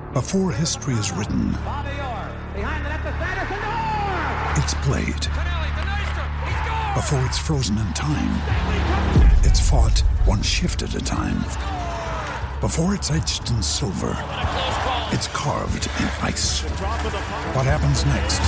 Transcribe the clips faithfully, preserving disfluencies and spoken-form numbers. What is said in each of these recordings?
Before history is written, it's played. Before it's frozen in time, it's fought one shift at a time. Before it's etched in silver, it's carved in ice. What happens next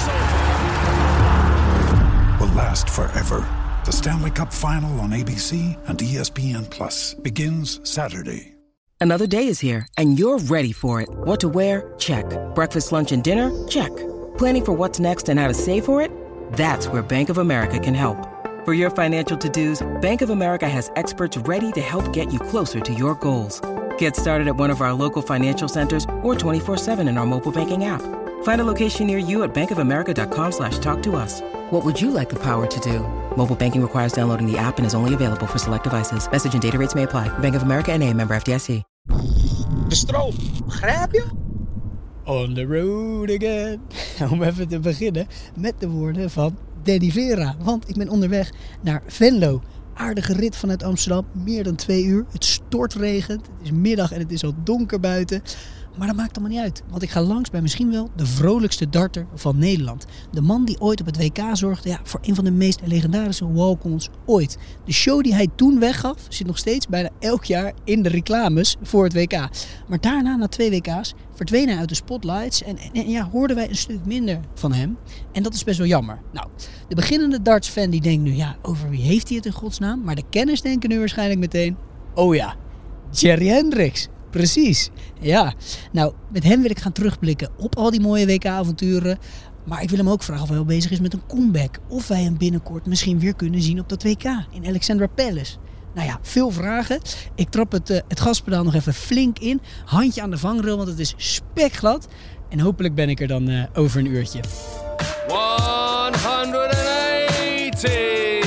will last forever. The Stanley Cup Final on A B C and E S P N Plus begins Saturday. Another day is here, and you're ready for it. What to wear? Check. Breakfast, lunch, and dinner? Check. Planning for what's next and how to save for it? That's where Bank of America can help. For your financial to-dos, Bank of America has experts ready to help get you closer to your goals. Get started at one of our local financial centers or twenty-four seven in our mobile banking app. Find a location near you at bankofamerica.com slash talk to us. What would you like the power to do? Mobile banking requires downloading the app and is only available for select devices. Message and data rates may apply. Bank of America N A, member F D I C. De stroom, begrijp je? On the road again. Om even te beginnen met de woorden van Danny Vera. Want ik ben onderweg naar Venlo. Aardige rit vanuit Amsterdam, meer dan twee uur. Het stortregent, het is middag en het is al donker buiten. Maar dat maakt allemaal niet uit. Want ik ga langs bij misschien wel de vrolijkste darter van Nederland. De man die ooit op het W K zorgde ja, voor een van de meest legendarische walk-ons ooit. De show die hij toen weggaf zit nog steeds bijna elk jaar in de reclames voor het W K. Maar daarna, na twee W K's, verdween hij uit de spotlights. En, en, en ja, hoorden wij een stuk minder van hem. En dat is best wel jammer. Nou, de beginnende darts-fan die denkt nu, ja, over wie heeft hij het in godsnaam? Maar de kenners denken nu waarschijnlijk meteen, oh ja, Jerry Hendricks. Precies, ja. Nou, met hem wil ik gaan terugblikken op al die mooie W K-avonturen. Maar ik wil hem ook vragen of hij al bezig is met een comeback. Of wij hem binnenkort misschien weer kunnen zien op dat W K in Alexandra Palace. Nou ja, veel vragen. Ik trap het, uh, het gaspedaal nog even flink in. Handje aan de vangrail, want het is spekglad. En hopelijk ben ik er dan uh, over een uurtje. honderdtachtig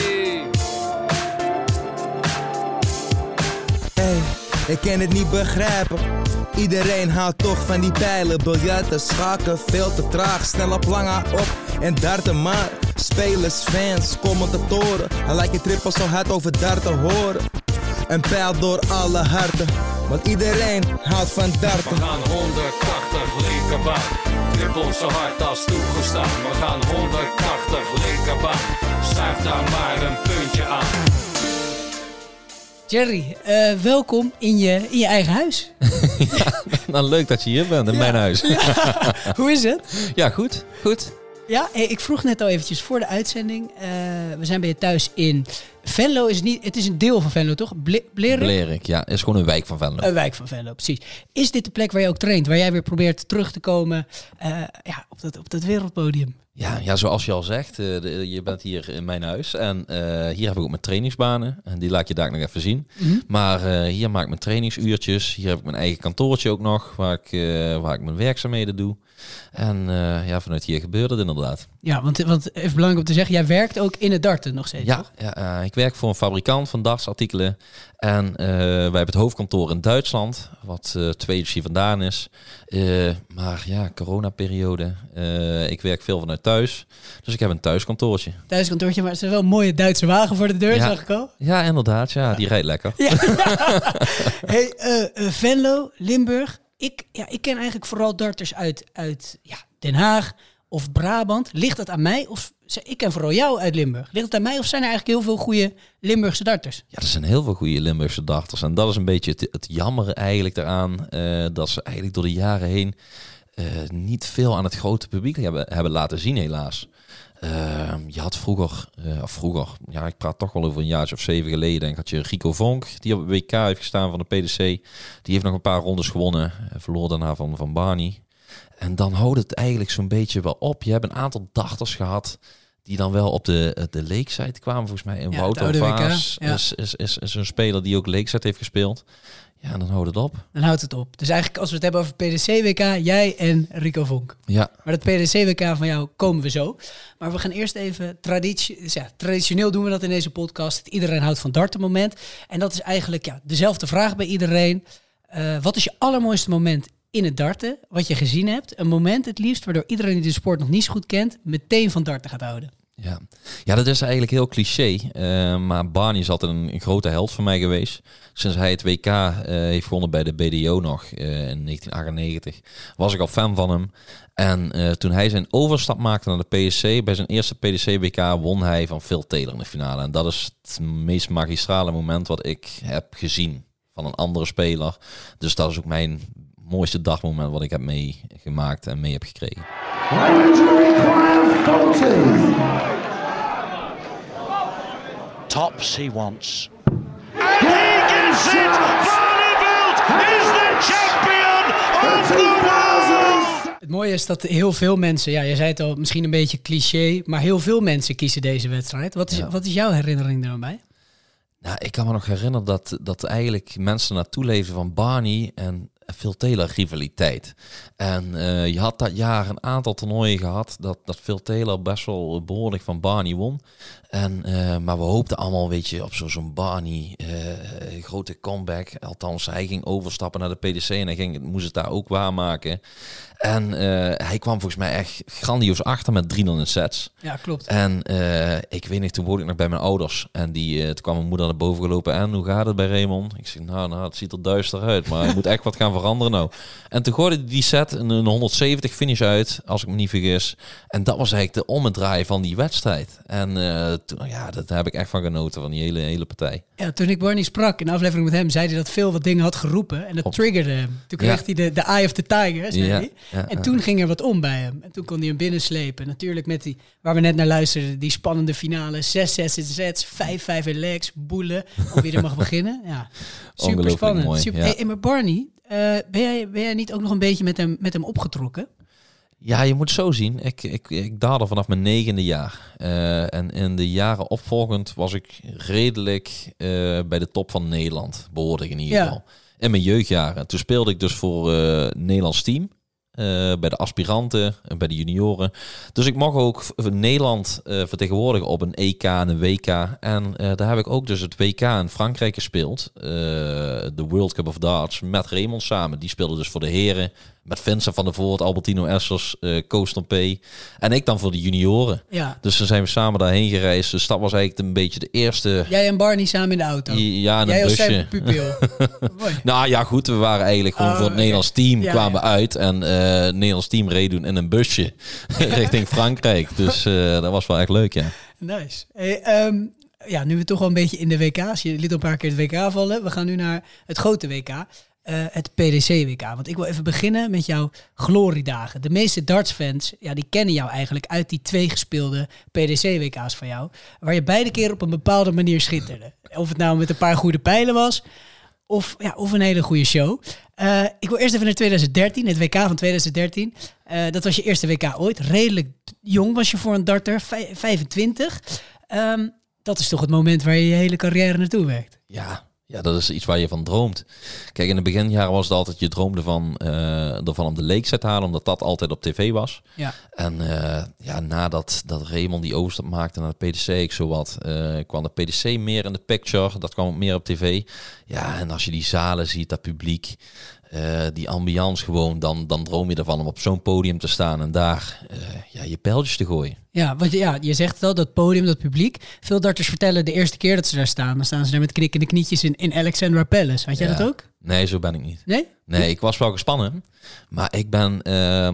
Ik kan het niet begrijpen. Iedereen houdt toch van die pijlen. Biljarten, schaken, veel te traag. Snel op lange op en darten maar. Spelers, fans, commentatoren. Hij lijkt je trippel zo hard over darten horen. Een pijl door alle harten. Want iedereen houdt van darten. We gaan honderdtachtig linkerbaan. Trippel zo hard als toegestaan. We gaan honderdtachtig linkerbaan. Schuif daar maar een puntje aan. Jerry, uh, welkom in je, in je eigen huis. Ja, nou, leuk dat je hier bent, in ja. mijn huis. Ja. Hoe is het? Ja, goed. goed. Ja, ik vroeg net al eventjes voor de uitzending. Uh, we zijn bij je thuis in Venlo. Is het, niet, het is een deel van Venlo, toch? Ble- Blerik? Blerik, ja. Het is gewoon een wijk van Venlo. Een wijk van Venlo, precies. Is dit de plek waar je ook traint? Waar jij weer probeert terug te komen uh, ja, op, dat, op dat wereldpodium? Ja, ja, zoals je al zegt, uh, de, je bent hier in mijn huis. En uh, hier heb ik ook mijn trainingsbanen. En die laat ik je daar nog even zien. Mm-hmm. Maar uh, hier maak ik mijn trainingsuurtjes. Hier heb ik mijn eigen kantoortje ook nog, waar ik, uh, waar ik mijn werkzaamheden doe. En uh, ja, vanuit hier gebeurt het inderdaad. Ja, want, want even belangrijk om te zeggen, jij werkt ook in het darten nog steeds, ja, toch? Ja, uh, ik werk voor een fabrikant van dartsartikelen. En uh, wij hebben het hoofdkantoor in Duitsland, wat uh, twee uurtjes hier vandaan is. Uh, maar ja, coronaperiode. Uh, ik werk veel vanuit thuis. Dus ik heb een thuiskantoortje. Thuiskantoortje, maar het is wel een mooie Duitse wagen voor de deur, ja, zag ik al. Ja, inderdaad. Ja, die rijdt lekker. Ja. Hey, uh, uh, Venlo, Limburg. Ik, ja, ik ken eigenlijk vooral darters uit, uit ja, Den Haag of Brabant. Ligt dat aan mij? Of ik ken vooral jou uit Limburg. Ligt het aan mij of zijn er eigenlijk heel veel goede Limburgse darters? Ja, er zijn heel veel goede Limburgse darters. En dat is een beetje het, het jammere eigenlijk daaraan. Uh, dat ze eigenlijk door de jaren heen uh, niet veel aan het grote publiek hebben, hebben laten zien helaas. Uh, je had vroeger, uh, of vroeger, ja, ik praat toch wel over een jaartje of zeven geleden, denk ik, had je Rico Vonk, die op het W K heeft gestaan van de P D C. Die heeft nog een paar rondes gewonnen, verloor daarna van, van Barney. En dan houdt het eigenlijk zo'n beetje wel op. Je hebt een aantal darters gehad die dan wel op de, de Lakeside kwamen, volgens mij. In ja, Wouter Vaas ja. is, is, is, is een speler die ook Lakeside heeft gespeeld. Ja, dan houdt het op. Dan houdt het op. Dus eigenlijk als we het hebben over P D C-W K, jij en Rico Vonk. Ja. Maar dat P D C-W K van jou komen we zo. Maar we gaan eerst even traditie, ja, traditioneel doen we dat in deze podcast. Iedereen houdt van darten moment. En dat is eigenlijk ja, dezelfde vraag bij iedereen. Uh, wat is je allermooiste moment in het darten, wat je gezien hebt? Een moment het liefst waardoor iedereen die de sport nog niet zo goed kent, meteen van darten gaat houden. Ja. ja, dat is eigenlijk heel cliché. Uh, maar Barney is altijd een, een grote held voor mij geweest. Sinds hij het W K uh, heeft gewonnen bij de B D O nog uh, in negentien achtennegentig, was ik al fan van hem. En uh, toen hij zijn overstap maakte naar de P S C, bij zijn eerste P D C W K won hij van Phil Taylor in de finale. En dat is het meest magistrale moment wat ik heb gezien van een andere speler. Dus dat is ook mijn mooiste dagmoment wat ik heb meegemaakt en mee heb gekregen. Tops he wants. And he gets it! Barneveld is the champion of the world! Het mooie is dat heel veel mensen, ja, je zei het al, misschien een beetje cliché, maar heel veel mensen kiezen deze wedstrijd. Wat is, ja. wat is jouw herinnering daarbij? Nou, ik kan me nog herinneren dat, dat eigenlijk mensen naartoe leefden van Barney en Phil Taylor rivaliteit. En uh, je had dat jaar een aantal toernooien gehad dat, dat Phil Taylor best wel behoorlijk van Barney won. En, uh, maar we hoopten allemaal, weet je, op zo, zo'n Barney uh, grote comeback. Althans, hij ging overstappen naar de P D C en hij ging, moest het daar ook waarmaken. En uh, hij kwam volgens mij echt grandioos achter met drie nul in sets. Ja, klopt. En uh, ik weet niet, toen woonde ik nog bij mijn ouders. En die, uh, toen kwam mijn moeder naar boven gelopen. En hoe gaat het bij Raymond? Ik zeg, nou, nou het ziet er duister uit. Maar je moet echt wat gaan veranderen nou. En toen gooide die set een, een honderdzeventig finish uit, als ik me niet vergis. En dat was eigenlijk de ommedraai van die wedstrijd. En uh, toen, ja, daar heb ik echt van genoten, van die hele, hele partij. Ja, toen ik Barney sprak in de aflevering met hem, zei hij dat veel wat dingen had geroepen. En dat Op. triggerde hem. Toen kreeg ja. hij de, de Eye of the Tiger, zei ja. hij. Ja, en toen ja. ging er wat om bij hem. En toen kon hij hem binnenslepen. Natuurlijk met die, waar we net naar luisterden, die spannende finale. zes zes in sets, vijf vijf in legs, boelen. Of wie er mag beginnen. Ja, super spannend. Mooi, super. Ja. Hey, maar Barney, uh, ben, jij, ben jij niet ook nog een beetje met hem, met hem opgetrokken? Ja, je moet zo zien. Ik, ik, ik daalde vanaf mijn negende jaar. Uh, en in de jaren opvolgend was ik redelijk uh, bij de top van Nederland. Behoorde ik in ieder geval. Ja. In mijn jeugdjaren. Toen speelde ik dus voor uh, Nederlands team. Uh, bij de aspiranten en bij de junioren. Dus ik mag ook Nederland uh, vertegenwoordigen op een E K en een W K. En uh, daar heb ik ook dus het W K in Frankrijk gespeeld. Uh, de World Cup of Darts met Raymond samen. Die speelde dus voor de heren. Met Vincent van der Voort, Albertino Essers, uh, Koos P. En ik dan voor de junioren. Ja. Dus dan zijn we samen daarheen gereisd. Dus dat was eigenlijk een beetje de eerste... Jij en Barney samen in de auto? Ja, in een Jij busje. Jij als zijn pupil? Nou ja, goed. We waren eigenlijk gewoon oh, voor het okay. Nederlands team ja, kwamen ja. uit. En uh, het Nederlands team reed doen in een busje richting Frankrijk. Dus uh, dat was wel echt leuk, ja. Nice. Hey, um, ja, nu we toch wel een beetje in de W K's. Je liet al een paar keer het W K vallen. We gaan nu naar het grote W K. Uh, het P D C W K. Want ik wil even beginnen met jouw gloriedagen. De meeste dartsfans, ja, die kennen jou eigenlijk uit die twee gespeelde P D C W K's van jou. Waar je beide keer op een bepaalde manier schitterde. Of het nou met een paar goede pijlen was, of, ja, of een hele goede show. Uh, ik wil eerst even naar twintig dertien, het W K van twintig dertien. Uh, dat was je eerste W K ooit. Redelijk jong was je voor een darter, vijfentwintig. Um, dat is toch het moment waar je je hele carrière naartoe werkt? Ja. Ja, dat is iets waar je van droomt. Kijk, in de beginjaren was het altijd, je droomde van, uh, ervan om de Lakeside te halen, omdat dat altijd op tv was. Ja. En uh, ja, nadat dat Raymond die overstap maakte naar de P D C, ik zo wat, uh, kwam de P D C meer in de picture, dat kwam ook meer op tv. Ja, en als je die zalen ziet, dat publiek, uh, die ambiance gewoon, dan, dan droom je ervan om op zo'n podium te staan en daar uh, ja, je pijltjes te gooien. Ja, want ja, je zegt het al, dat podium, dat publiek. Veel darters vertellen de eerste keer dat ze daar staan, dan staan ze daar met knikkende knietjes in, in Alexandra Palace. Had jij ja. dat ook? Nee, zo ben ik niet. Nee? Nee, ik was wel gespannen, maar ik ben, uh,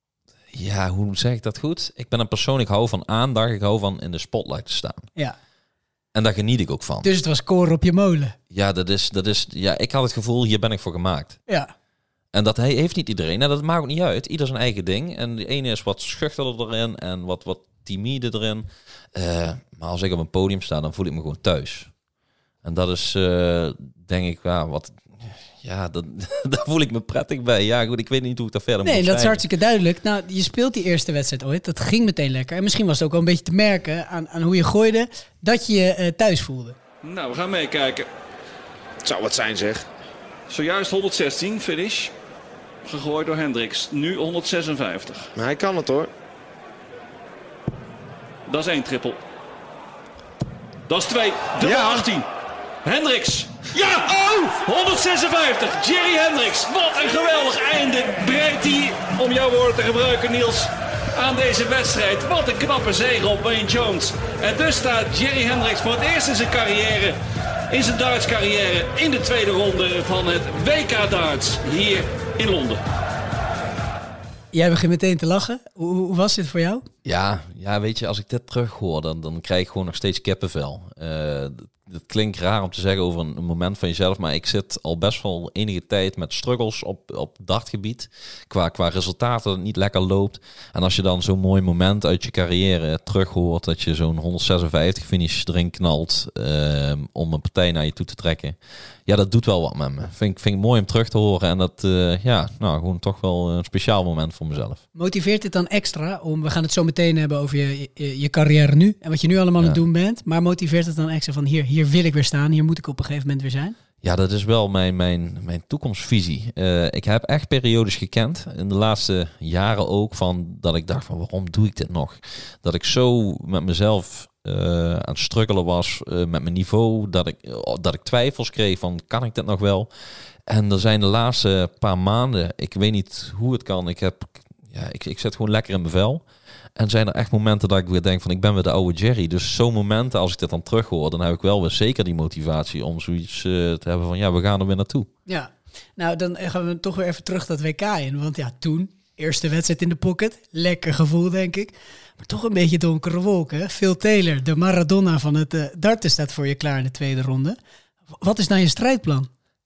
ja, hoe zeg ik dat goed? Ik ben een persoon, ik hou van aandacht, ik hou van in de spotlight te staan. Ja. En daar geniet ik ook van. Dus het was koren op je molen. Ja, dat is, dat is, ja, ik had het gevoel, hier ben ik voor gemaakt. Ja. En dat heeft niet iedereen. Nou, dat maakt ook niet uit. Ieder zijn eigen ding. En de ene is wat schuchterder erin en wat, wat timide erin. Uh, maar als ik op een podium sta, dan voel ik me gewoon thuis. En dat is, uh, denk ik, ja, wat... Ja, dat, daar voel ik me prettig bij. Ja, goed, ik weet niet hoe ik dat verder nee, moet Nee, dat is hartstikke duidelijk. Nou, je speelt die eerste wedstrijd ooit. Dat ging meteen lekker. En misschien was het ook wel een beetje te merken aan, aan hoe je gooide, dat je je uh, thuis voelde. Nou, we gaan meekijken. Het zou wat zijn, zeg. Zojuist honderdzestien, finish. Gegooid door Hendricks. Nu honderdzesenvijftig. Maar hij kan het, hoor. Dat is één trippel. Dat is twee. Dubbel ja. achttien. Hendricks. Ja! Oh! honderdzesenvijftig. Jerry Hendricks. Wat een geweldig einde. Brengt hij, om jouw woorden te gebruiken, Niels, aan deze wedstrijd. Wat een knappe zege op Wayne Jones. En dus staat Jerry Hendricks voor het eerst in zijn carrière, in zijn darts-carrière, in de tweede ronde van het W K darts hier in Londen. Jij begint meteen te lachen. Hoe, hoe was dit voor jou? Ja, ja, weet je, als ik dit terug hoor, dan, dan krijg ik gewoon nog steeds kippenvel. Uh, Het klinkt raar om te zeggen over een, een moment van jezelf, maar ik zit al best wel enige tijd met struggles op, op dartgebied. Qua, qua resultaten dat het niet lekker loopt. En als je dan zo'n mooi moment uit je carrière terug hoort, dat je zo'n honderdzesenvijftig finish erin knalt uh, om een partij naar je toe te trekken. Ja, dat doet wel wat met me. Vind ik, vind ik mooi om terug te horen. En dat, uh, ja, nou, gewoon toch wel een speciaal moment voor mezelf. Motiveert dit dan extra om, we gaan het zo meteen hebben over je, je, je carrière nu en wat je nu allemaal ja. aan het doen bent. Maar motiveert het dan extra van hier, hier wil ik weer staan, hier moet ik op een gegeven moment weer zijn? Ja, dat is wel mijn, mijn, mijn toekomstvisie. Uh, ik heb echt periodes gekend, in de laatste jaren ook, van dat ik dacht van waarom doe ik dit nog? Dat ik zo met mezelf uh, aan het struggelen was, uh, met mijn niveau, dat ik, uh, dat ik twijfels kreeg van kan ik dit nog wel? En er zijn de laatste paar maanden, ik weet niet hoe het kan, ik, heb, ja, ik, ik zit gewoon lekker in mijn vel. En zijn er echt momenten dat ik weer denk van ik ben weer de oude Jerry. Dus zo'n momenten, als ik dit dan terug hoor, dan heb ik wel weer zeker die motivatie om zoiets uh, te hebben van ja, we gaan er weer naartoe. Ja, nou dan gaan we toch weer even terug dat W K in. Want ja, toen, eerste wedstrijd in de pocket, lekker gevoel denk ik. Maar toch een beetje donkere wolken. Phil Taylor, de Maradona van het uh, darten, staat voor je klaar in de tweede ronde. Wat is nou je strijdplan?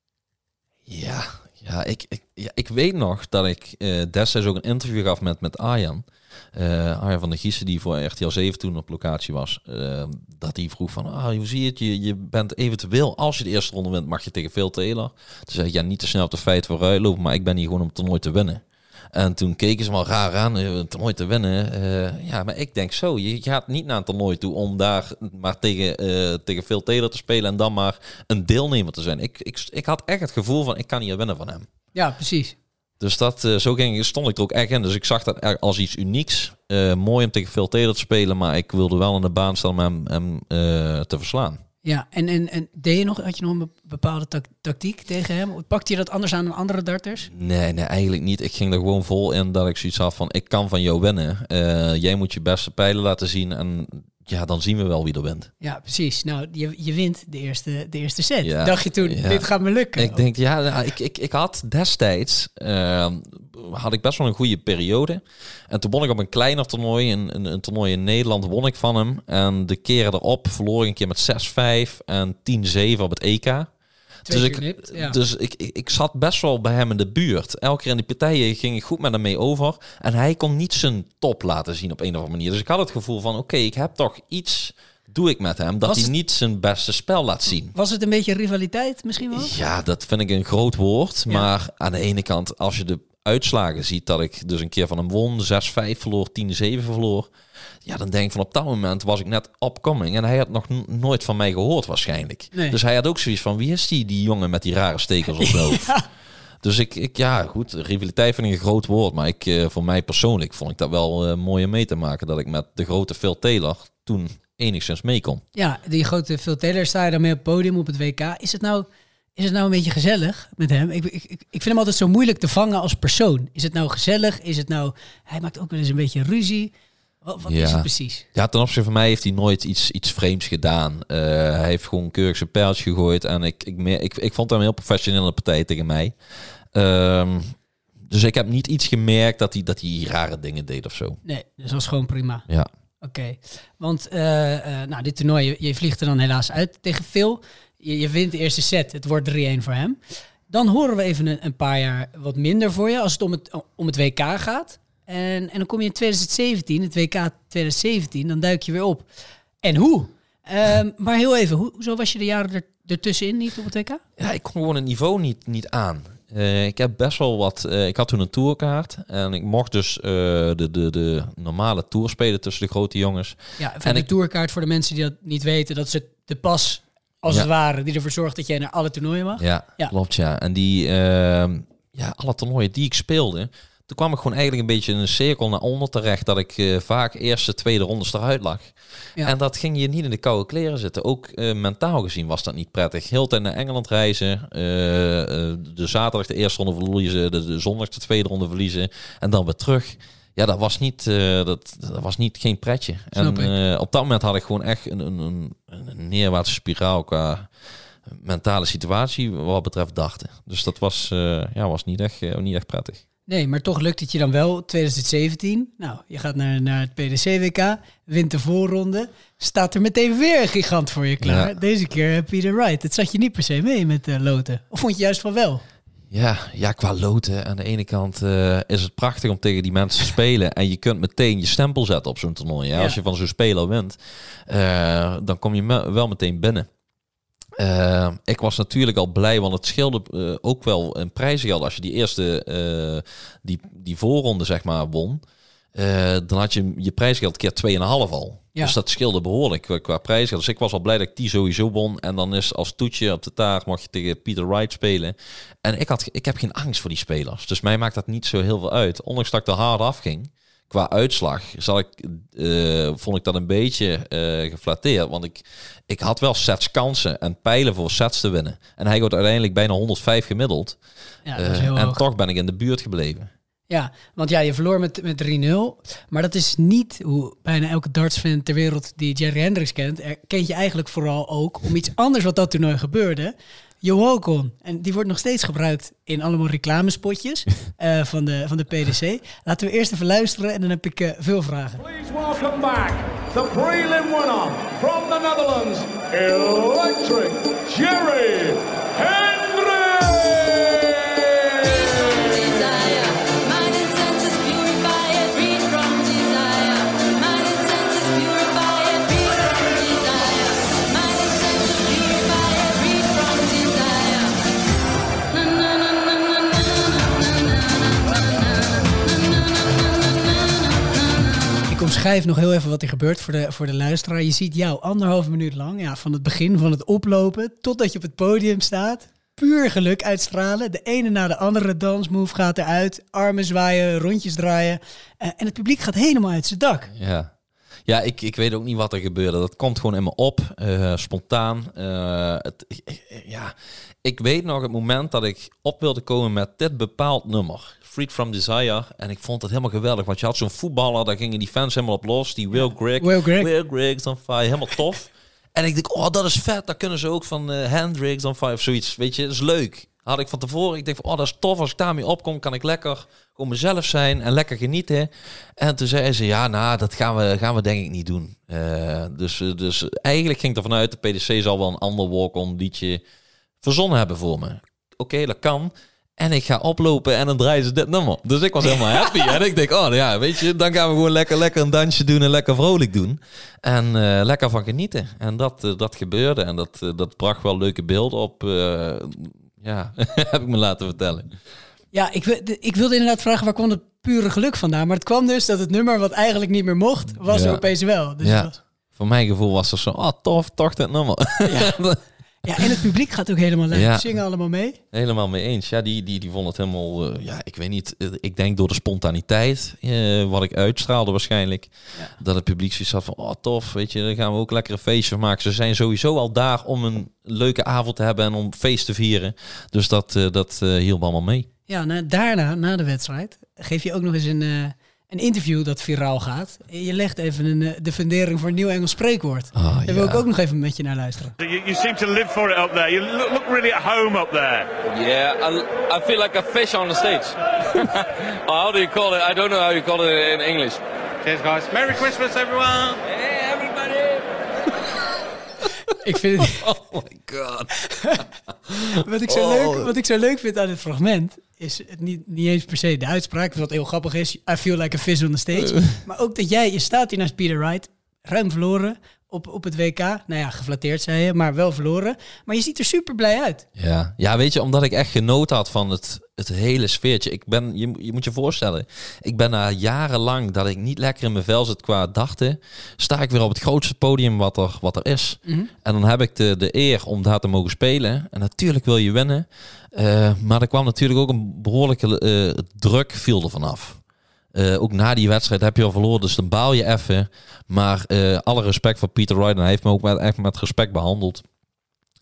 Ja, ja, ik, ik, ja ik weet nog dat ik uh, destijds ook een interview gaf met, met Arjan. Uh, Arjan van der Giessen, die voor R T L zeven toen op locatie was, uh, dat hij vroeg van, ah, hoe zie je het? Je, je bent eventueel, als je de eerste ronde wint, mag je tegen Phil Taylor. Toen zei ik, ja, niet te snel op de feit vooruit lopen, maar ik ben hier gewoon om het toernooi te winnen. En toen keken ze wel raar aan, een toernooi te winnen. Uh, ja, maar ik denk zo, je gaat niet naar een toernooi toe om daar maar tegen, uh, tegen Phil Taylor te spelen en dan maar een deelnemer te zijn. Ik, ik, ik had echt het gevoel van, ik kan hier winnen van hem. Ja, precies. Dus dat, uh, zo ging, stond ik er ook echt in. Dus ik zag dat als iets unieks. Uh, mooi om tegen Phil Taylor te spelen, maar ik wilde wel in de baan staan om hem, hem uh, te verslaan. Ja, en, en, en deed je nog, had je nog een bepaalde ta- tactiek tegen hem? Pakte je dat anders aan dan andere darters? Nee, nee, eigenlijk niet. Ik ging er gewoon vol in dat ik zoiets had van, ik kan van jou winnen. Uh, jij moet je beste pijlen laten zien en ja, dan zien we wel wie er wint. Ja, precies. Nou, je, je wint de eerste, de eerste set. Ja, dacht je toen, ja. dit gaat me lukken? Ik denk, ja, nou, ik, ik, ik had destijds, uh, had ik best wel een goede periode. En toen won ik op een kleiner toernooi, een, een, een toernooi in Nederland, won ik van hem. En de keren erop verloor ik een keer met zes vijf en tien zeven op het E K. Twee dus ik, nipt, ja. dus ik, ik, ik zat best wel bij hem in de buurt. Elke keer in die partijen ging ik goed met hem mee over. En hij kon niet zijn top laten zien op een of andere manier. Dus ik had het gevoel van, oké, okay, ik heb toch iets, doe ik met hem, dat was hij het, niet zijn beste spel laat zien. Was het een beetje rivaliteit misschien wel? Ja, dat vind ik een groot woord. Ja. Maar aan de ene kant, als je de uitslagen ziet, dat ik dus een keer van hem won, zes vijf verloor, tien zeven verloor. Ja, dan denk ik van op dat moment was ik net upcoming en hij had nog n- nooit van mij gehoord waarschijnlijk. Nee. Dus hij had ook zoiets van, wie is die, die jongen met die rare stekers op zijn hoofd? Ja. Dus ik, ik, ja goed, rivaliteit vind ik een groot woord, maar ik, uh, voor mij persoonlijk vond ik dat wel uh, mooi om mee te maken, dat ik met de grote Phil Taylor toen enigszins mee kon. Ja, die grote Phil Taylor, sta je dan mee op het podium op het W K. Is het nou, is het nou een beetje gezellig met hem? Ik, ik, ik vind hem altijd zo moeilijk te vangen als persoon. Is het nou gezellig? Is het nou, hij maakt ook wel eens een beetje ruzie. Wat, wat ja. is het precies? Ja, ten opzichte van mij heeft hij nooit iets, iets vreemds gedaan. Uh, hij heeft gewoon keurig zijn pijltje gegooid. En ik, ik, ik, ik vond hem een heel professionele partij tegen mij. Um, dus ik heb niet iets gemerkt dat hij, dat hij rare dingen deed of zo. Nee, dus dat was gewoon prima. Ja. Oké, okay. Want uh, uh, nou, dit toernooi, je, je vliegt er dan helaas uit tegen Phil. Je, je wint de eerste set, het wordt drie-een voor hem. Dan horen we even een, een paar jaar wat minder voor je als het om het, om het W K gaat. En, en dan kom je in twintig zeventien, het W K twintig zeventien, dan duik je weer op. En hoe? Um, maar heel even, hoe, hoezo was je de jaren er, ertussenin niet op het W K? Ja, ik kon gewoon het niveau niet, niet aan. Uh, ik heb best wel wat... Uh, ik had toen een tourkaart en ik mocht dus uh, de, de, de normale tour spelen tussen de grote jongens. Ja, voor en de ik, tourkaart voor de mensen die dat niet weten, dat is het, de pas als ja. het ware die ervoor zorgt dat jij naar alle toernooien mag. Ja, ja. klopt ja. En die, uh, ja, alle toernooien die ik speelde, toen kwam ik gewoon eigenlijk een beetje in een cirkel naar onder terecht, dat ik uh, vaak eerste, tweede rondes eruit lag. Ja. En dat ging je niet in de koude kleren zitten. Ook uh, mentaal gezien was dat niet prettig. Heel tijd naar Engeland reizen. Uh, uh, de zaterdag de eerste ronde verliezen. De, de zondag de tweede ronde verliezen. En dan weer terug. ja, dat was niet, uh, dat, dat was niet geen pretje. Snap en uh, op dat moment had ik gewoon echt een, een, een, een neerwaartse spiraal qua mentale situatie wat betreft dachten. Dus dat was, uh, ja, was niet, echt, uh, niet echt prettig. Nee, maar toch lukt het je dan wel. twintig zeventien, nou, je gaat naar, naar het P D C W K, wint de voorronde, staat er meteen weer een gigant voor je klaar. Ja. Deze keer Peter Wright. Het zat je niet per se mee met uh, loten. Of vond je juist van wel? Ja, ja, qua loten. Aan de ene kant uh, is het prachtig om tegen die mensen te spelen. En je kunt meteen je stempel zetten op zo'n toernooi. Ja? Ja. Als je van zo'n speler wint, uh, dan kom je me- wel meteen binnen. Uh, ik was natuurlijk al blij, want het scheelde uh, ook wel een prijzengeld. Als je die eerste, uh, die, die voorronde zeg maar won, uh, dan had je je prijsgeld keer twee en een half al. Ja. Dus dat scheelde behoorlijk qua, qua prijsgeld. Dus ik was al blij dat ik die sowieso won. En dan is als toetje op de taart mocht je tegen Peter Wright spelen. En ik, had, ik heb geen angst voor die spelers. Dus mij maakt dat niet zo heel veel uit. Ondanks dat ik er hard afging, qua uitslag, zal ik, uh, vond ik dat een beetje uh, geflatteerd. Want ik, ik had wel sets kansen en pijlen voor sets te winnen. En hij wordt uiteindelijk bijna honderdvijf gemiddeld. Ja, dat is heel uh, en hoog. toch ben ik in de buurt gebleven. Ja, want ja, je verloor met, met drie nul. Maar dat is niet hoe bijna elke dartsfan ter wereld die Jerry Hendricks kent. Er kent je eigenlijk vooral ook om iets anders wat dat toernooi gebeurde. Johokon. En die wordt nog steeds gebruikt in allemaal reclamespotjes uh, van, de, van de P D C. Laten we eerst even luisteren en dan heb ik uh, veel vragen. Please welcome back the prelim winner from the Netherlands, Electric Jerry Hendricks. Ik omschrijf nog heel even wat er gebeurt voor de, voor de luisteraar. Je ziet jou anderhalve minuut lang, ja, van het begin van het oplopen totdat je op het podium staat. Puur geluk uitstralen. De ene na de andere dansmove gaat eruit. Armen zwaaien, rondjes draaien. Uh, en het publiek gaat helemaal uit zijn dak. Ja, ja ik, ik weet ook niet wat er gebeurde. Dat komt gewoon in me op. Uh, spontaan. Uh, het, ja. Ik weet nog het moment dat ik op wilde komen met dit bepaald nummer. Freed from Desire. En ik vond het helemaal geweldig. Want je had zo'n voetballer, daar gingen die fans helemaal op los. Die Will Grigg. Will Grigg. Will Griggs on fire. Helemaal tof. En ik denk, oh, dat is vet. Dat kunnen ze ook van uh, Hendricks on fire of zoiets. Weet je, dat is leuk. Had ik van tevoren. Ik denk van, oh, dat is tof. Als ik daarmee opkom, kan ik lekker gewoon mezelf zijn en lekker genieten. En toen zei ze, ja, nou, dat gaan we, gaan we denk ik niet doen. Uh, dus, dus eigenlijk ging ik ervan uit, de P D C zal wel een ander walk-on liedje verzonnen hebben voor me. Oké, okay, dat kan. En ik ga oplopen en dan draaien ze dit nummer. Dus ik was helemaal happy. En ik denk, oh ja, weet je, dan gaan we gewoon lekker, lekker een dansje doen en lekker vrolijk doen. En uh, lekker van genieten. En dat, uh, dat gebeurde. En dat, uh, dat bracht wel leuke beelden op. Uh, ja, heb ik me laten vertellen. Ja, ik, ik wilde inderdaad vragen, waar kwam het pure geluk vandaan? Maar het kwam dus dat het nummer wat eigenlijk niet meer mocht, was ja. er opeens wel. Dus ja. was... Voor mijn gevoel was er zo, oh tof, toch dat nummer. Ja. Ja, en het publiek gaat ook helemaal leuk. Ja. Zingen allemaal mee. Helemaal mee eens. Ja, die, die, die vond het helemaal... Uh, ja, ik weet niet. Uh, ik denk door de spontaniteit, uh, wat ik uitstraalde waarschijnlijk, ja. dat het publiek zoiets had van, oh tof, weet je, dan gaan we ook lekker een feestje van maken. Ze zijn sowieso al daar om een leuke avond te hebben en om feest te vieren. Dus dat, uh, dat uh, hielp allemaal mee. Ja, na, daarna, na de wedstrijd, geef je ook nog eens een... Uh... een interview dat viraal gaat. Je legt even een, de fundering voor een nieuw Engels spreekwoord. Oh, Daar ja. wil ik ook nog even met je naar luisteren. You, you seem to live for it up there. You look, look really at home up there. Yeah, I, I feel like a fish on the stage. How do you call it? I don't know how you call it in English. Cheers guys. Merry Christmas everyone. Hey everybody. Ik vind het... Oh my god. wat, ik zo oh. leuk, wat ik zo leuk vind aan dit fragment is het niet, niet eens per se de uitspraak, wat heel grappig is. I feel like a fish on the stage. Maar ook dat jij, je staat hier naast Peter Wright, ruim verloren op, op het W K. Nou ja, geflatteerd zei je, maar wel verloren. Maar je ziet er super blij uit. Ja, ja, weet je, omdat ik echt genoten had van het, het hele sfeertje. Ik ben, je, je moet je voorstellen, ik ben na jarenlang dat ik niet lekker in mijn vel zit qua dachten, sta ik weer op het grootste podium wat er, wat er is. Mm-hmm. En dan heb ik de, de eer om daar te mogen spelen. En natuurlijk wil je winnen. Uh, maar er kwam natuurlijk ook een behoorlijke uh, druk viel er vanaf. Uh, ook na die wedstrijd heb je al verloren, dus dan baal je even. Maar uh, alle respect voor Peter Wright, en hij heeft me ook met, echt met respect behandeld.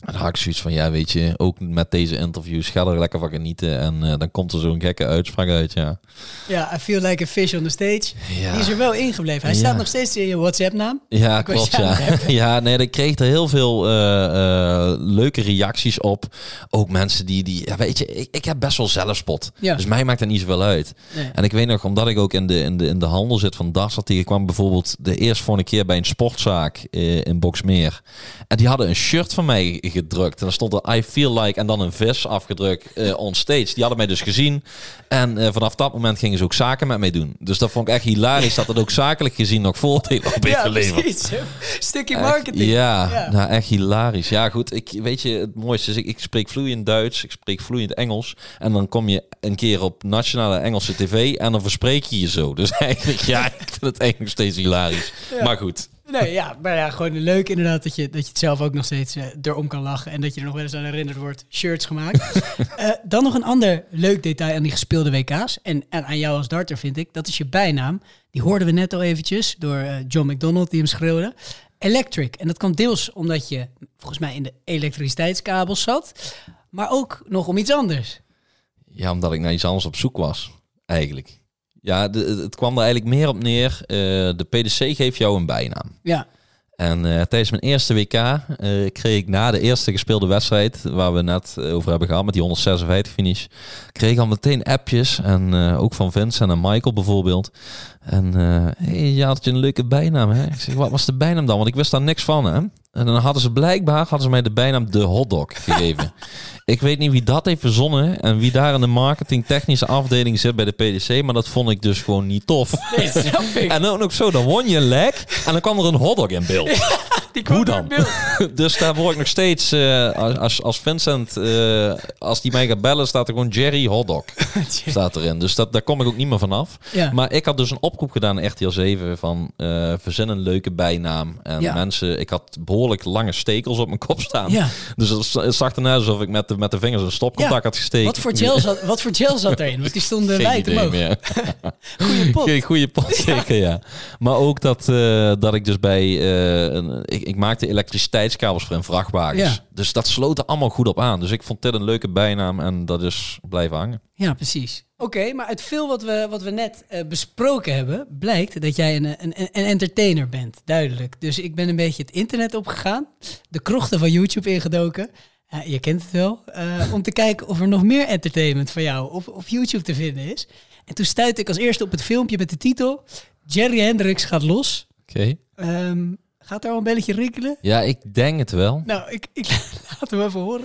En dan had ik zoiets van, ja, weet je, ook met deze interviews, ga er lekker van genieten. En uh, dan komt er zo'n gekke uitspraak uit, ja. Ja, I feel like a fish on the stage. Ja. Die is er wel ingebleven. Hij Ja. staat nog steeds in je WhatsApp-naam. Ja, Ik was klopt, je aan ja. het appen. Ja, nee, ik kreeg er heel veel uh, uh, leuke reacties op. Ook mensen die, die ja, weet je, ik, ik heb best wel zelfspot. Ja. Dus mij maakt dat niet zoveel uit. Nee. En ik weet nog, omdat ik ook in de, in de, in de handel zit van Dassel, die kwam bijvoorbeeld de eerste volgende keer bij een sportzaak uh, in Boxmeer. En die hadden een shirt van mij gedrukt. En daar stond er I feel like en dan een vis afgedrukt uh, on stage. Die hadden mij dus gezien. En uh, vanaf dat moment gingen ze ook zaken met mij doen. Dus dat vond ik echt hilarisch dat het ook zakelijk gezien nog voordelen op heeft Ja, geleverd. precies. Stukje Echt, marketing. ja, Ja. Nou, echt hilarisch. Ja, goed. Ik, weet je, het mooiste is, ik, ik spreek vloeiend Duits, ik spreek vloeiend Engels. En dan kom je een keer op nationale Engelse tv en dan verspreek je je zo. Dus eigenlijk, ja, ik vind het eigenlijk nog steeds hilarisch. Ja. Maar goed. Nee, ja, maar ja, gewoon leuk inderdaad dat je, dat je het zelf ook nog steeds uh, erom kan lachen. En dat je er nog wel eens aan herinnerd wordt. Shirts gemaakt. uh, dan nog een ander leuk detail aan die gespeelde W K's. En, en aan jou als darter vind ik. Dat is je bijnaam. Die hoorden we net al eventjes door uh, John McDonald die hem schreeuwde. Electric. En dat kwam deels omdat je volgens mij in de elektriciteitskabels zat. Maar ook nog om iets anders. Ja, omdat ik naar iets anders op zoek was. Eigenlijk. Ja, de, het kwam er eigenlijk meer op neer. Uh, de P D C geeft jou een bijnaam. Ja. En uh, tijdens mijn eerste W K uh, kreeg ik na de eerste gespeelde wedstrijd, waar we net over hebben gehad, met die honderdzesenvijftig finish, kreeg ik al meteen appjes. En uh, ook van Vincent en Michael bijvoorbeeld. En uh, hey, je had je een leuke bijnaam, hè? Ik zeg, wat was de bijnaam dan? Want ik wist daar niks van, hè? En dan hadden ze blijkbaar hadden ze mij de bijnaam de hotdog gegeven. Ik weet niet wie dat heeft verzonnen en wie daar in de marketingtechnische afdeling zit bij de P D C, maar dat vond ik dus gewoon niet tof. Nee, snap ik. En dan ook zo, dan won je een leg en dan kwam er een hotdog in beeld. Ja, die kwam Hoe door dan? het beeld. Dus daar word ik nog steeds, uh, als, als Vincent, uh, als die mij gaat bellen, staat er gewoon Jerry Hotdog. Staat erin. Dus dat, daar kom ik ook niet meer vanaf. Ja. Maar ik had dus een oproep gedaan in R T L zeven van uh, verzin een leuke bijnaam. En Ja. mensen, ik had behoorlijk lange stekels op mijn kop staan. Ja. Dus het, het zag ernaar alsof ik met de, met de vingers een stopcontact Ja. had gesteken. Wat voor gel zat, wat voor gel zat erin? Want die stonden Geen wijd idee omhoog. meer. Goeie pot. Geen goede pot, zeker, ja. Maar ook dat, uh, dat ik dus bij... Uh, een, ik, ik maakte elektriciteitskabels voor in vrachtwagens. Ja. Dus dat sloot er allemaal goed op aan. Dus ik vond dit een leuke bijnaam en dat is blijven hangen. Ja, precies. Oké, okay, maar uit veel wat we, wat we net uh, besproken hebben, blijkt dat jij een, een, een entertainer bent, duidelijk. Dus ik ben een beetje het internet opgegaan, de krochten van YouTube ingedoken. Uh, je kent het wel. Uh, om te kijken of er nog meer entertainment van jou op, op YouTube te vinden is. En toen stuitte ik als eerste op het filmpje met de titel Jerry Hendricks gaat los. Oké. Okay. Um, gaat er al een belletje rinkelen? Ja, ik denk het wel. Nou, ik, ik laat hem even horen.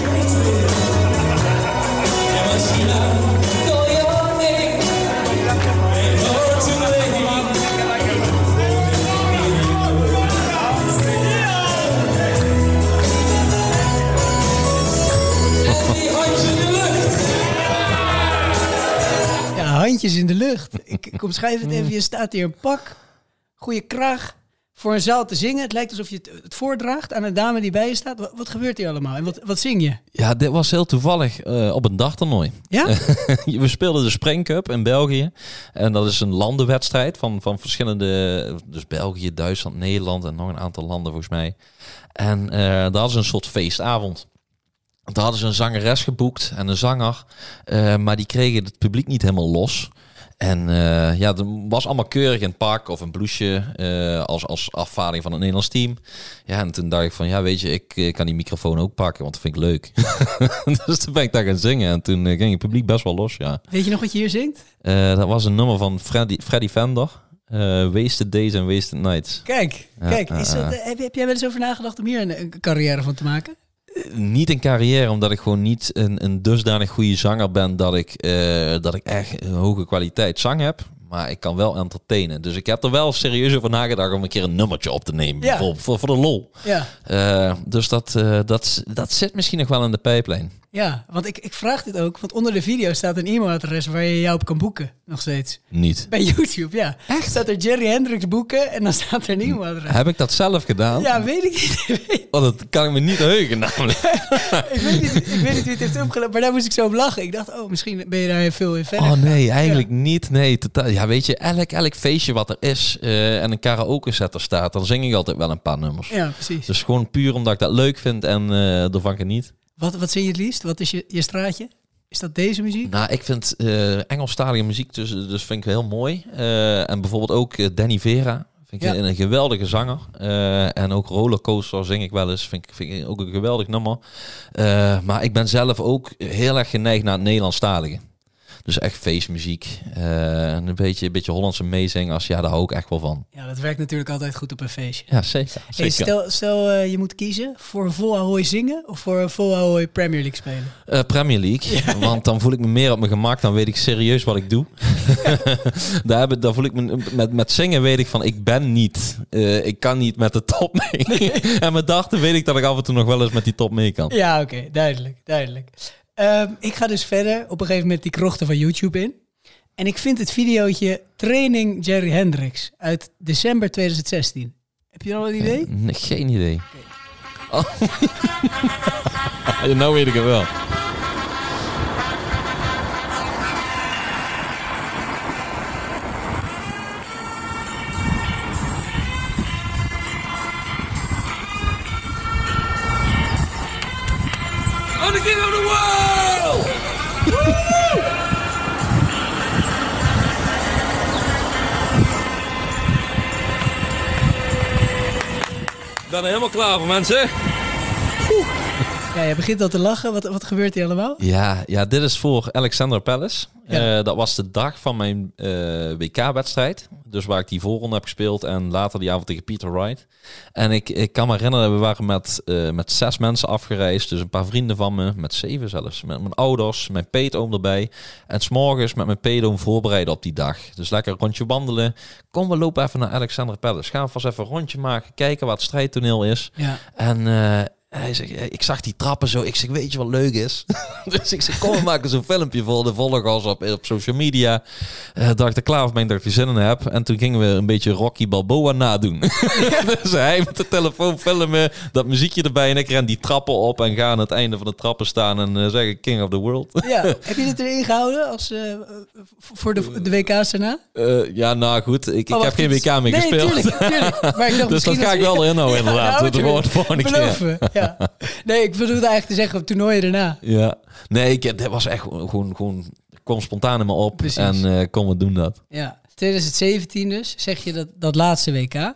Handjes in de lucht. Ik, ik omschrijf het even. Je staat hier een pak, goede kraag, voor een zaal te zingen. Het lijkt alsof je het, het voordraagt aan een dame die bij je staat. Wat, wat gebeurt hier allemaal? En wat, wat zing je? Ja, dit was heel toevallig uh, op een dagtoernooi. Ja? We speelden de Spring Cup in België. En dat is een landenwedstrijd van, van verschillende... Dus België, Duitsland, Nederland en nog een aantal landen volgens mij. En uh, dat was een soort feestavond. Daar hadden ze een zangeres geboekt en een zanger. Uh, maar die kregen het publiek niet helemaal los. En uh, ja, er was allemaal keurig in het pak of een blouseje uh, als, als afvaring van een Nederlands team. Ja, en toen dacht ik van, ja weet je, ik, ik kan die microfoon ook pakken, want dat vind ik leuk. Dus toen ben ik daar gaan zingen en toen uh, ging het publiek best wel los, ja. Weet je nog wat je hier zingt? Uh, dat was een nummer van Freddy, Freddy Fender. Uh, Wasted Days en Wasted Nights. Kijk, ja, kijk. uh, Is dat, uh, heb, heb jij wel eens over nagedacht om hier een, een carrière van te maken? Niet een carrière, omdat ik gewoon niet een, een dusdanig goede zanger ben dat ik, uh, dat ik echt een hoge kwaliteit zang heb. Maar ik kan wel entertainen. Dus ik heb er wel serieus over nagedacht om een keer een nummertje op te nemen. Ja. Voor, voor de lol. Ja. Uh, dus dat, uh, dat, dat zit misschien nog wel in de pijplijn. Ja, want ik, ik vraag dit ook, want onder de video staat een e-mailadres waar je jou op kan boeken, nog steeds. Niet. Bij YouTube, ja. Echt? Staat er Jerry Hendricks boeken en dan staat er een e-mailadres. Heb ik dat zelf gedaan? Ja, weet ik niet. Oh, dat kan ik me niet heugen namelijk. ik, weet niet ik weet niet wie het heeft opgelegd, maar daar moest ik zo om lachen. Ik dacht, oh, misschien ben je daar veel in verder. Oh nee, eigenlijk ja. niet. Nee, totaal. Ja, weet je, elk, elk feestje wat er is uh, en een karaoke set er staat, dan zing ik altijd wel een paar nummers. Ja, precies. Dus gewoon puur omdat ik dat leuk vind en uh, ervan geniet. Wat, wat zing je het liefst? Wat is je, je straatje? Is dat deze muziek? Nou, ik vind uh, Engelstalige muziek dus, dus vind ik heel mooi. Uh, en bijvoorbeeld ook uh, Danny Vera. Vind ik ja. een, een geweldige zanger. Uh, en ook Rollercoaster zing ik wel eens. Vind ik, vind ik ook een geweldig nummer. Uh, maar ik ben zelf ook heel erg geneigd naar het Nederlandstalige. Dus echt feestmuziek. Uh, een beetje, een beetje Hollandse meezingers. Ja, daar hou ik echt wel van. Ja, dat werkt natuurlijk altijd goed op een feestje. Ja, zeker. zeker. Hey, stel stel uh, je moet kiezen voor een vol Ahoy zingen of voor een vol Ahoy Premier League spelen? Uh, Premier League. Ja. Want dan voel ik me meer op mijn gemak. Dan weet ik serieus wat ik doe. daar, heb ik, daar voel ik me met, met zingen weet ik van ik ben niet. Uh, ik kan niet met de top mee. Nee. En met dachten weet ik dat ik af en toe nog wel eens met die top mee kan. Ja, oké. Okay, duidelijk. Duidelijk. Um, ik ga dus verder op een gegeven moment die krochten van YouTube in. En ik vind het videootje Training Jerry Hendricks uit december twintig zestien. Heb je al een idee? Uh, nee, geen idee. Okay. Oh. Nou weet ik het wel. On the king of the world! Ik ben er helemaal klaar voor, mensen. Ja, je begint al te lachen. Wat, wat gebeurt hier allemaal? Ja, ja, dit is voor Alexander Palace. Ja. Uh, dat was de dag van mijn uh, W K-wedstrijd. Dus waar ik die voorronde heb gespeeld en later die avond tegen Peter Wright. En ik, ik kan me herinneren, we waren met, uh, met zes mensen afgereisd. Dus een paar vrienden van me, met zeven zelfs. Met mijn ouders, mijn peetoom erbij. En 's morgens met mijn peetoom voorbereiden op die dag. Dus lekker een rondje wandelen. Kom, we lopen even naar Alexander Palace. Gaan we vast even een rondje maken, kijken wat het strijdtoneel is. Ja. En... Uh, Hij zegt, ik zag die trappen zo. Ik zeg, weet je wat leuk is? Dus ik zeg, kom, we maken zo'n filmpje voor de volgers op, op social media. Uh, dat ik er klaar voor ben, dat ik er zin in heb. En toen gingen we een beetje Rocky Balboa nadoen. Dus hij met de telefoon filmen, dat muziekje erbij. En ik ren die trappen op en ga aan het einde van de trappen staan en uh, zeggen King of the World. Ja, heb je dit erin gehouden als, uh, voor de, de W K's daarna? Uh, ja, nou goed. Ik, ik oh, heb geen W K meer nee, gespeeld. Tuurlijk, tuurlijk. Maar ik dacht, dus dat ga ik wel erin houden, inderdaad. Ja, de woord volgende keer. Ja. Nee, ik bedoelde eigenlijk te zeggen op toernooien daarna. Ja, nee, ik, dat was echt gewoon, gewoon kwam spontaan in me op. Precies. En uh, kom, we doen dat. Ja, twintig zeventien dus, zeg je dat, dat laatste W K. Um,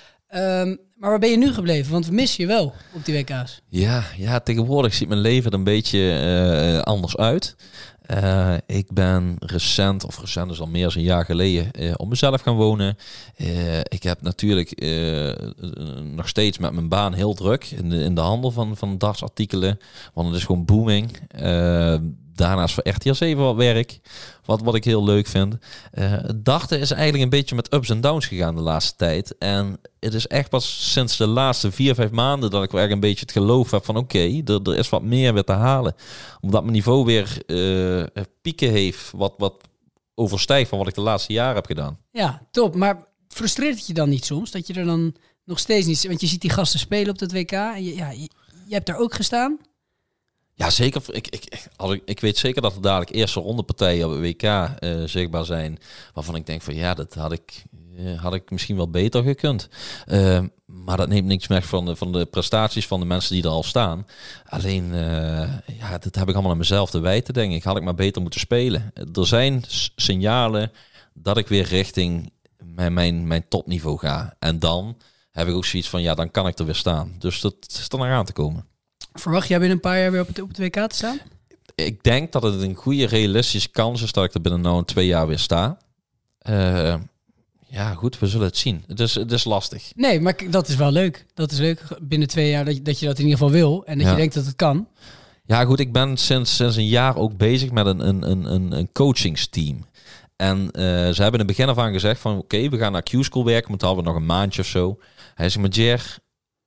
maar waar ben je nu gebleven? Want we missen je wel op die W K's. Ja, ja, tegenwoordig ziet mijn leven er een beetje uh, anders uit. Uh, ik ben recent, of recent is al meer dan een jaar geleden, uh, op mezelf gaan wonen. Uh, ik heb natuurlijk uh, nog steeds met mijn baan heel druk in de, in de handel van, van dartsartikelen. Want het is gewoon booming. Uh, Daarnaast voor R T L zeven wat werk, wat, wat ik heel leuk vind. Uh, darten is eigenlijk een beetje met ups en downs gegaan de laatste tijd. En het is echt pas sinds de laatste vier, vijf maanden dat ik wel echt een beetje het geloof heb van oké, okay, er, er is wat meer weer te halen. Omdat mijn niveau weer uh, pieken heeft, wat, wat overstijgt van wat ik de laatste jaren heb gedaan. Ja, top. Maar frustreert het je dan niet soms? Dat je er dan nog steeds niet... Want je ziet die gasten spelen op dat W K. En je, ja, je, je hebt daar ook gestaan. Ja, zeker. Ik, ik, als ik, ik weet zeker dat er dadelijk eerste ronde partijen op het W K uh, zichtbaar zijn. Waarvan ik denk van ja, dat had ik, uh, had ik misschien wel beter gekund. Uh, maar dat neemt niks weg van de, van de prestaties van de mensen die er al staan. Alleen, uh, ja, dat heb ik allemaal aan mezelf te wijten, denk ik. Had ik maar beter moeten spelen. Er zijn s- signalen dat ik weer richting mijn, mijn, mijn topniveau ga. En dan heb ik ook zoiets van ja, dan kan ik er weer staan. Dus dat is er nog aan te komen. Verwacht jij binnen een paar jaar weer op het, op het W K te staan? Ik denk dat het een goede realistische kans is dat ik er binnen nou een twee jaar weer sta. Uh, ja, goed, we zullen het zien. Het is, het is lastig. Nee, maar dat is wel leuk. Dat is leuk binnen twee jaar dat je dat, je dat in ieder geval wil en dat ja. je denkt dat het kan. Ja, goed, ik ben sinds, sinds een jaar ook bezig met een, een, een, een coachingsteam. En uh, ze hebben in het begin af aan gezegd van oké, okay, we gaan naar Q-School werken, maar dan hadden we nog een maandje of zo. Hij zegt, maar Jer,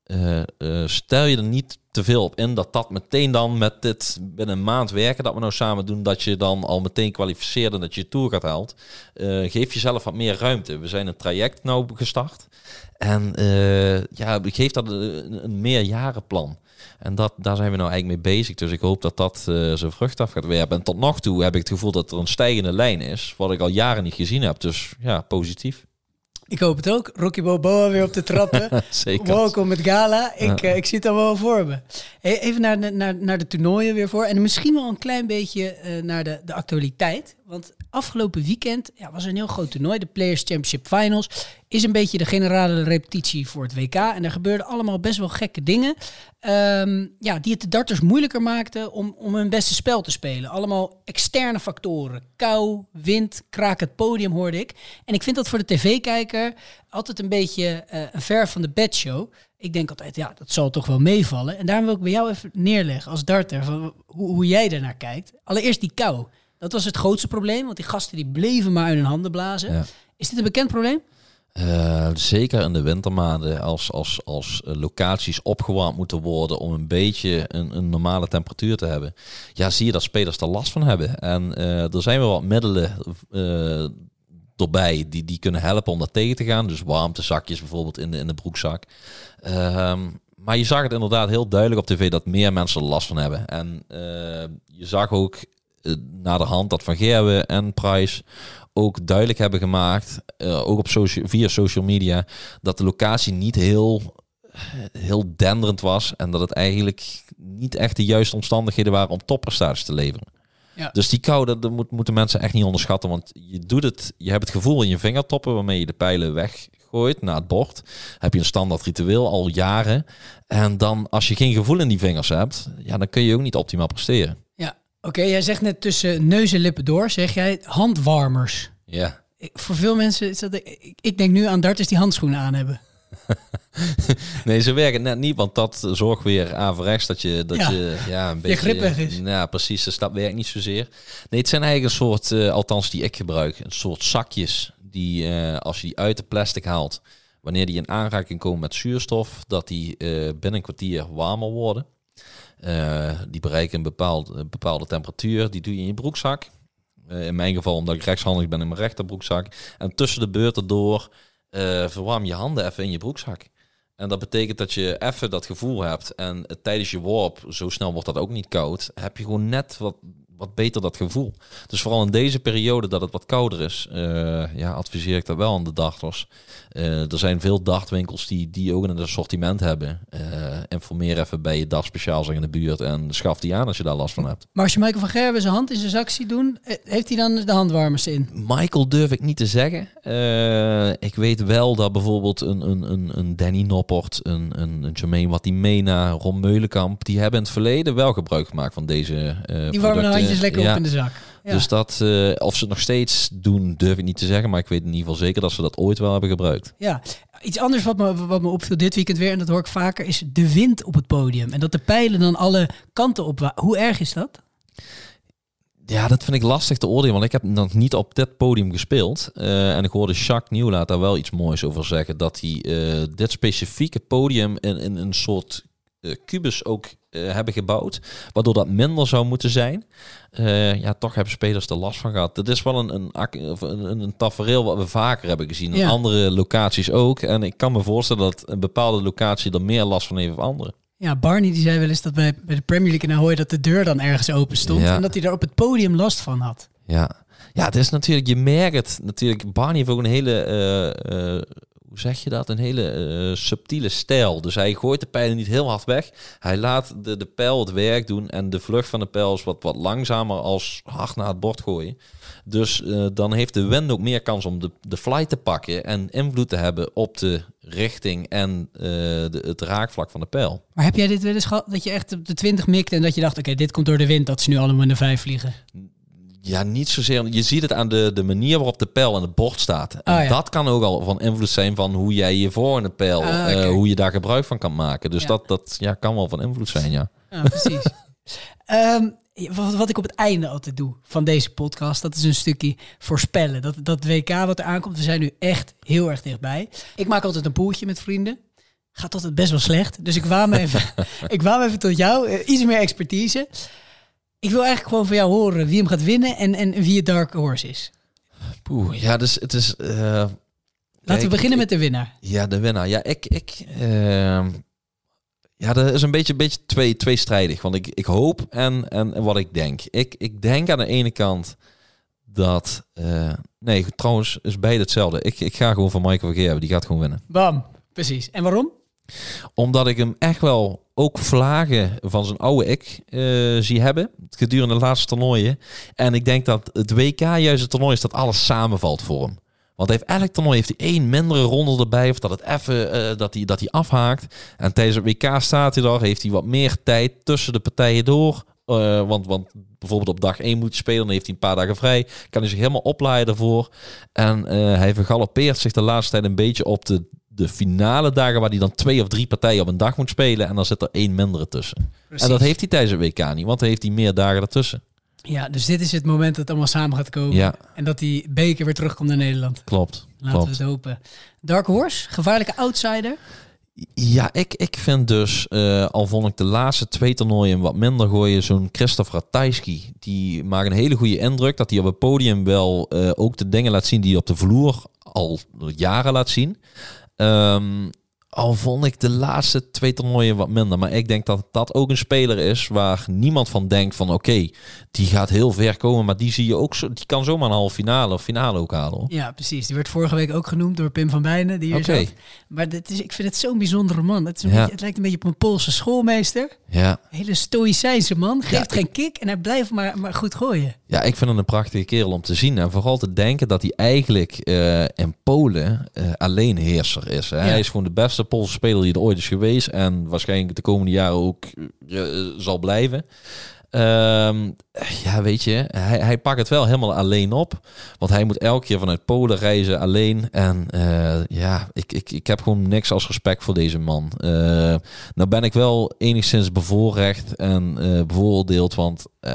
uh, uh, stel je er niet te veel op in dat dat meteen dan met dit binnen een maand werken dat we nou samen doen, dat je dan al meteen kwalificeert en dat je je tour gaat haalt. Uh, geef jezelf wat meer ruimte. We zijn een traject nou gestart en uh, ja, geef dat een, een meerjarenplan. En dat, daar zijn we nou eigenlijk mee bezig. Dus ik hoop dat dat uh, zijn vrucht af gaat werpen. En tot nog toe heb ik het gevoel dat er een stijgende lijn is, wat ik al jaren niet gezien heb. Dus ja, positief. Ik hoop het ook. Rocky Balboa weer op de trappen. Zeker. Welkom met Gala. Ik, Ja. uh, ik zie het al wel voor me. Hey, even naar de, naar, naar de toernooien weer voor. En misschien wel een klein beetje uh, naar de, de actualiteit. Want afgelopen weekend ja, was er een heel groot toernooi. De Players Championship Finals is een beetje de generale repetitie voor het W K. En er gebeurden allemaal best wel gekke dingen. Um, ja, die het de darters moeilijker maakten om, om hun beste spel te spelen. Allemaal externe factoren. Kou, wind, kraak het podium hoorde ik. En ik vind dat voor de tv-kijker altijd een beetje uh, een ver van de bedshow. Ik denk altijd, ja, dat zal toch wel meevallen. En daarom wil ik bij jou even neerleggen als darter, van hoe, hoe jij daarnaar kijkt. Allereerst die kou. Dat was het grootste probleem, want die gasten die bleven maar in hun handen blazen. Ja. Is dit een bekend probleem? Uh, zeker in de wintermaanden als, als, als locaties opgewarmd moeten worden om een beetje een, een normale temperatuur te hebben. Ja, zie je dat spelers er last van hebben. En uh, er zijn wel wat middelen uh, erbij die, die kunnen helpen om dat tegen te gaan. Dus warmtezakjes bijvoorbeeld in de, in de broekzak. Uh, maar je zag het inderdaad heel duidelijk op tv dat meer mensen er last van hebben. En uh, je zag ook uh, naderhand dat Van Gerwen en Price ook duidelijk hebben gemaakt, uh, ook op social, via social media, dat de locatie niet heel, heel denderend was en dat het eigenlijk niet echt de juiste omstandigheden waren om topprestaties te leveren. Ja. Dus die kou, dat, dat moet, moeten mensen echt niet onderschatten, want je doet het, je hebt het gevoel in je vingertoppen waarmee je de pijlen weggooit naar het bord. Heb je een standaard ritueel al jaren. En dan als je geen gevoel in die vingers hebt, ja, dan kun je ook niet optimaal presteren. Ja, oké. Okay, jij zegt net tussen neus en lippen door, zeg jij handwarmers. Ja. Voor veel mensen is dat... Ik, ik denk nu aan darters die handschoenen aan hebben. Nee, ze werken net niet, want dat zorgt weer averechts dat je, dat ja. je ja, een beetje... Je grip weg is. Ja, precies. Dus dat werkt niet zozeer. Nee, het zijn eigenlijk een soort, uh, althans die ik gebruik, een soort zakjes die uh, als je die uit de plastic haalt, wanneer die in aanraking komen met zuurstof, dat die uh, binnen een kwartier warmer worden. Uh, die bereiken een, bepaald, een bepaalde temperatuur. Die doe je in je broekzak. Uh, in mijn geval, omdat ik rechtshandig ben, in mijn rechterbroekzak. En tussen de beurten door uh, verwarm je handen even in je broekzak. En dat betekent dat je even dat gevoel hebt. En uh, tijdens je warp, zo snel wordt dat ook niet koud, heb je gewoon net wat, wat beter dat gevoel. Dus vooral in deze periode dat het wat kouder is, uh, ja, adviseer ik dat wel aan de darters. Uh, er zijn veel dartwinkels die, die ook in het assortiment hebben. Uh, informeer even bij je dartspeciaalzaak in de buurt en schaf die aan als je daar last van hebt. Maar als je Michael van Gerwen zijn hand in zijn zak ziet doen, heeft hij dan de handwarmers in? Michael durf ik niet te zeggen. Uh, ik weet wel dat bijvoorbeeld een, een, een, een Danny Noppert, een, een, een Jermaine Watimena, Ron Meulenkamp, die hebben in het verleden wel gebruik gemaakt van deze uh, Die producten. warmen de handjes lekker ja. op in de zak. Ja. Dus dat, uh, of ze het nog steeds doen, durf ik niet te zeggen. Maar ik weet in ieder geval zeker dat ze dat ooit wel hebben gebruikt. Ja, iets anders wat me, wat me opviel dit weekend weer, en dat hoor ik vaker, is de wind op het podium. En dat de pijlen dan alle kanten op wa- Hoe erg is dat? Ja, dat vind ik lastig te oordelen, want ik heb nog niet op dit podium gespeeld. Uh, en ik hoorde Jacques Nieuwlaat daar wel iets moois over zeggen. Dat hij uh, dit specifieke podium in, in een soort uh, kubus ook uh, hebben gebouwd. Waardoor dat minder zou moeten zijn. Uh, ja, toch hebben spelers er last van gehad. Dat is wel een, een, een, een tafereel wat we vaker hebben gezien. Ja. In andere locaties ook. En ik kan me voorstellen dat een bepaalde locatie er meer last van heeft dan andere. Ja, Barney die zei wel eens dat bij, bij de Premier League, en dan hoor je dat de deur dan ergens open stond. Ja. En dat hij daar op het podium last van had. Ja, ja, het is natuurlijk, je merkt het natuurlijk. Barney heeft ook een hele, uh, uh, hoe zeg je dat? Een hele uh, subtiele stijl. Dus hij gooit de pijlen niet heel hard weg. Hij laat de, de pijl het werk doen en de vlucht van de pijl is wat, wat langzamer als hard naar het bord gooien. Dus uh, dan heeft de wind ook meer kans om de, de flight te pakken en invloed te hebben op de richting en uh, de, het raakvlak van de pijl. Maar heb jij dit wel eens gehad, dat je echt op de twintig mikte en dat je dacht, oké, okay, dit komt door de wind, dat ze nu allemaal in de vijf vliegen? Ja, niet zozeer. Je ziet het aan de, de manier waarop de pijl aan het bord staat. En oh, ja. dat kan ook al van invloed zijn van hoe jij je voor in de pijl, ah, okay. uh, hoe je daar gebruik van kan maken. Dus ja. dat, dat ja, kan wel van invloed zijn, ja. Ja, precies. um, wat, wat ik op het einde altijd doe van deze podcast, dat is een stukje voorspellen. Dat, dat W K wat er aankomt, we zijn nu echt heel erg dichtbij. Ik maak altijd een poeltje met vrienden. gaat altijd best wel slecht. Dus ik wou even, ik wou even tot jou. Uh, iets meer expertise. Ik wil eigenlijk gewoon van jou horen wie hem gaat winnen en, en wie het Dark Horse is. Poeh, ja, dus het is... Uh, Laten kijk, we beginnen ik, met de winnaar. Ja, de winnaar. Ja, ik... ik uh, ja, dat is een beetje, een beetje twee, tweestrijdig. Want ik, ik hoop en, en, en wat ik denk. Ik, ik denk aan de ene kant dat... Uh, nee, trouwens is beide hetzelfde. Ik, ik ga gewoon voor Michael Vergeer. Die gaat gewoon winnen. Bam, precies. En waarom? Omdat ik hem echt wel ook vlagen van zijn oude ik uh, zie hebben. Gedurende de laatste toernooien. En ik denk dat het W K juist het toernooi is dat alles samenvalt voor hem. Want hij heeft elk toernooi heeft hij één mindere ronde erbij. Of dat het even uh, dat hij, dat hij afhaakt. En tijdens het W K staat hij daar. Heeft hij wat meer tijd tussen de partijen door. Uh, want, want bijvoorbeeld op dag één moet hij spelen. Dan heeft hij een paar dagen vrij. Kan hij zich helemaal oplaaien daarvoor. En uh, hij vergalopeert zich de laatste tijd een beetje op de, de finale dagen. Waar hij dan twee of drie partijen op een dag moet spelen. En dan zit er één mindere tussen. Precies. En dat heeft hij tijdens het W K niet. Want dan heeft hij meer dagen ertussen. Ja, dus dit is het moment dat het allemaal samen gaat komen. Ja. En dat die beker weer terugkomt naar Nederland. Klopt. Laten klopt. we het hopen. Dark Horse, gevaarlijke outsider. Ja, ik, ik vind dus, uh, al vond ik de laatste twee toernooien wat minder gooien, zo'n Christoph Ratajski. Die maakt een hele goede indruk dat hij op het podium wel uh, ook de dingen laat zien die hij op de vloer al jaren laat zien. Um, Al vond ik de laatste twee toernooien wat minder. Maar ik denk dat dat ook een speler is waar niemand van denkt van oké, okay, die gaat heel ver komen. Maar die zie je ook zo, die kan zomaar een halve finale of finale ook halen. Hoor. Ja, precies. Die werd vorige week ook genoemd door Pim van Bijnen. Die hier okay. zat. Maar dit is, ik vind het zo'n bijzondere man. Het, is een ja. beetje, het lijkt een beetje op een Poolse schoolmeester. Ja. Een hele stoïcijnse man. Geeft ja. geen kick en hij blijft maar, maar goed gooien. Ja, ik vind het een prachtige kerel om te zien. En vooral te denken dat hij eigenlijk uh, in Polen uh, alleenheerser is. Hè? Ja. Hij is gewoon de beste Poolse speler die er ooit is geweest. En waarschijnlijk de komende jaren ook uh, zal blijven. Um, ja, weet je, hij, hij pakt het wel helemaal alleen op. Want hij moet elke keer vanuit Polen reizen alleen. En uh, ja, ik, ik, ik heb gewoon niks als respect voor deze man. Uh, nou ben ik wel enigszins bevoorrecht en uh, bevoordeeld. Want uh,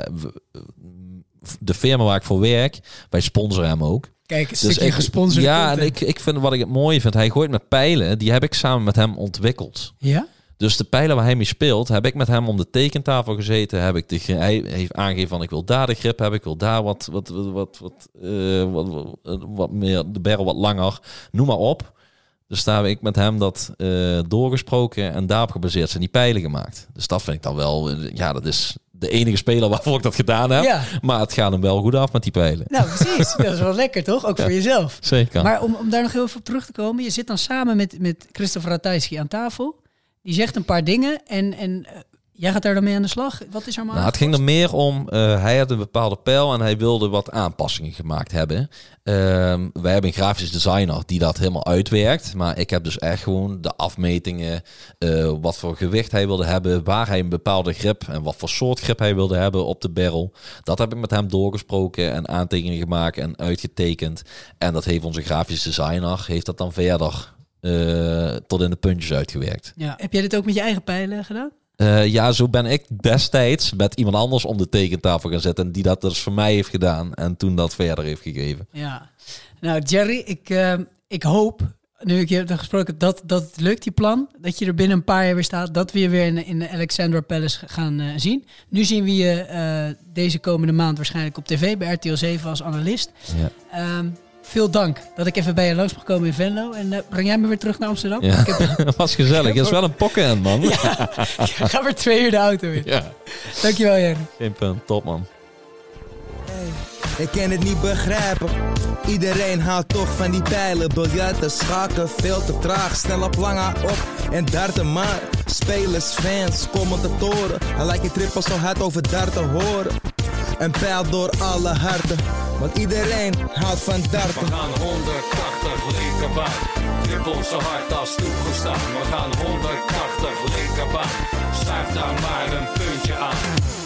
de firma waar ik voor werk, wij sponsoren hem ook. Kijk, een stukje dus gesponsord. Ja, en ik, ik vind wat ik het mooie vind. Hij gooit met pijlen, die heb ik samen met hem ontwikkeld. Ja? Dus de pijlen waar hij mee speelt, heb ik met hem om de tekentafel gezeten. Heb ik de, hij heeft aangegeven van ik wil daar de grip hebben, ik wil daar wat, wat, wat, wat, uh, wat, wat, wat meer, de barrel wat langer, noem maar op. Dus daar heb ik met hem dat uh, doorgesproken en daarop gebaseerd zijn die pijlen gemaakt. Dus dat vind ik dan wel, uh, ja, dat is de enige speler waarvoor ik dat gedaan heb. Ja. Maar het gaat hem wel goed af met die pijlen. Nou, precies. Dat is wel lekker, toch? Ook ja. voor jezelf. Zeker. Maar om, om daar nog heel even op terug te komen. Je zit dan samen met, met Christoph Ratajski aan tafel. Die zegt een paar dingen en, en uh, jij gaat daar dan mee aan de slag. Wat is er maar? Nou, het ging er meer om, uh, hij had een bepaalde pijl en hij wilde wat aanpassingen gemaakt hebben. Uh, wij hebben een grafisch designer die dat helemaal uitwerkt. Maar ik heb dus echt gewoon de afmetingen, uh, wat voor gewicht hij wilde hebben, waar hij een bepaalde grip en wat voor soort grip hij wilde hebben op de barrel. Dat heb ik met hem doorgesproken en aantekeningen gemaakt en uitgetekend. En dat heeft onze grafisch designer, heeft dat dan verder Uh, tot in de puntjes uitgewerkt. Ja. Heb jij dit ook met je eigen pijlen gedaan? Uh, ja, zo ben ik destijds met iemand anders om de tekentafel gaan zetten en die dat dus voor mij heeft gedaan en toen dat verder heeft gegeven. Ja, nou Jerry, ik, uh, ik hoop, nu ik je heb gesproken, dat, dat het lukt, die plan. Dat je er binnen een paar jaar weer staat, dat we je weer in, in de Alexandra Palace gaan uh, zien. Nu zien we je uh, deze komende maand waarschijnlijk op tv bij R T L zeven als analist. Ja. Um, Veel dank dat ik even bij je langs mag komen in Venlo. En uh, breng jij me weer terug naar Amsterdam? Ja, ik heb... dat was gezellig. Het is wel een pokken, man. Ja, ik ga weer twee uur de auto in. Ja. Dankjewel, Jerry. Geen punt. Top, man. Hey, ik kan het niet begrijpen. Iedereen houdt toch van die pijlen. Biljarten, schaken, veel te traag. Snel op lange op en darten maar. Spelers, fans, commentatoren. En lijkt je trippel zo hard over darten horen. Een pijl door alle harten, want iedereen houdt van darten. We gaan honderdtachtig linkerbaan, trippel zo hard als toegestaan. We gaan honderdtachtig linkerbaan, schuif daar maar een puntje aan.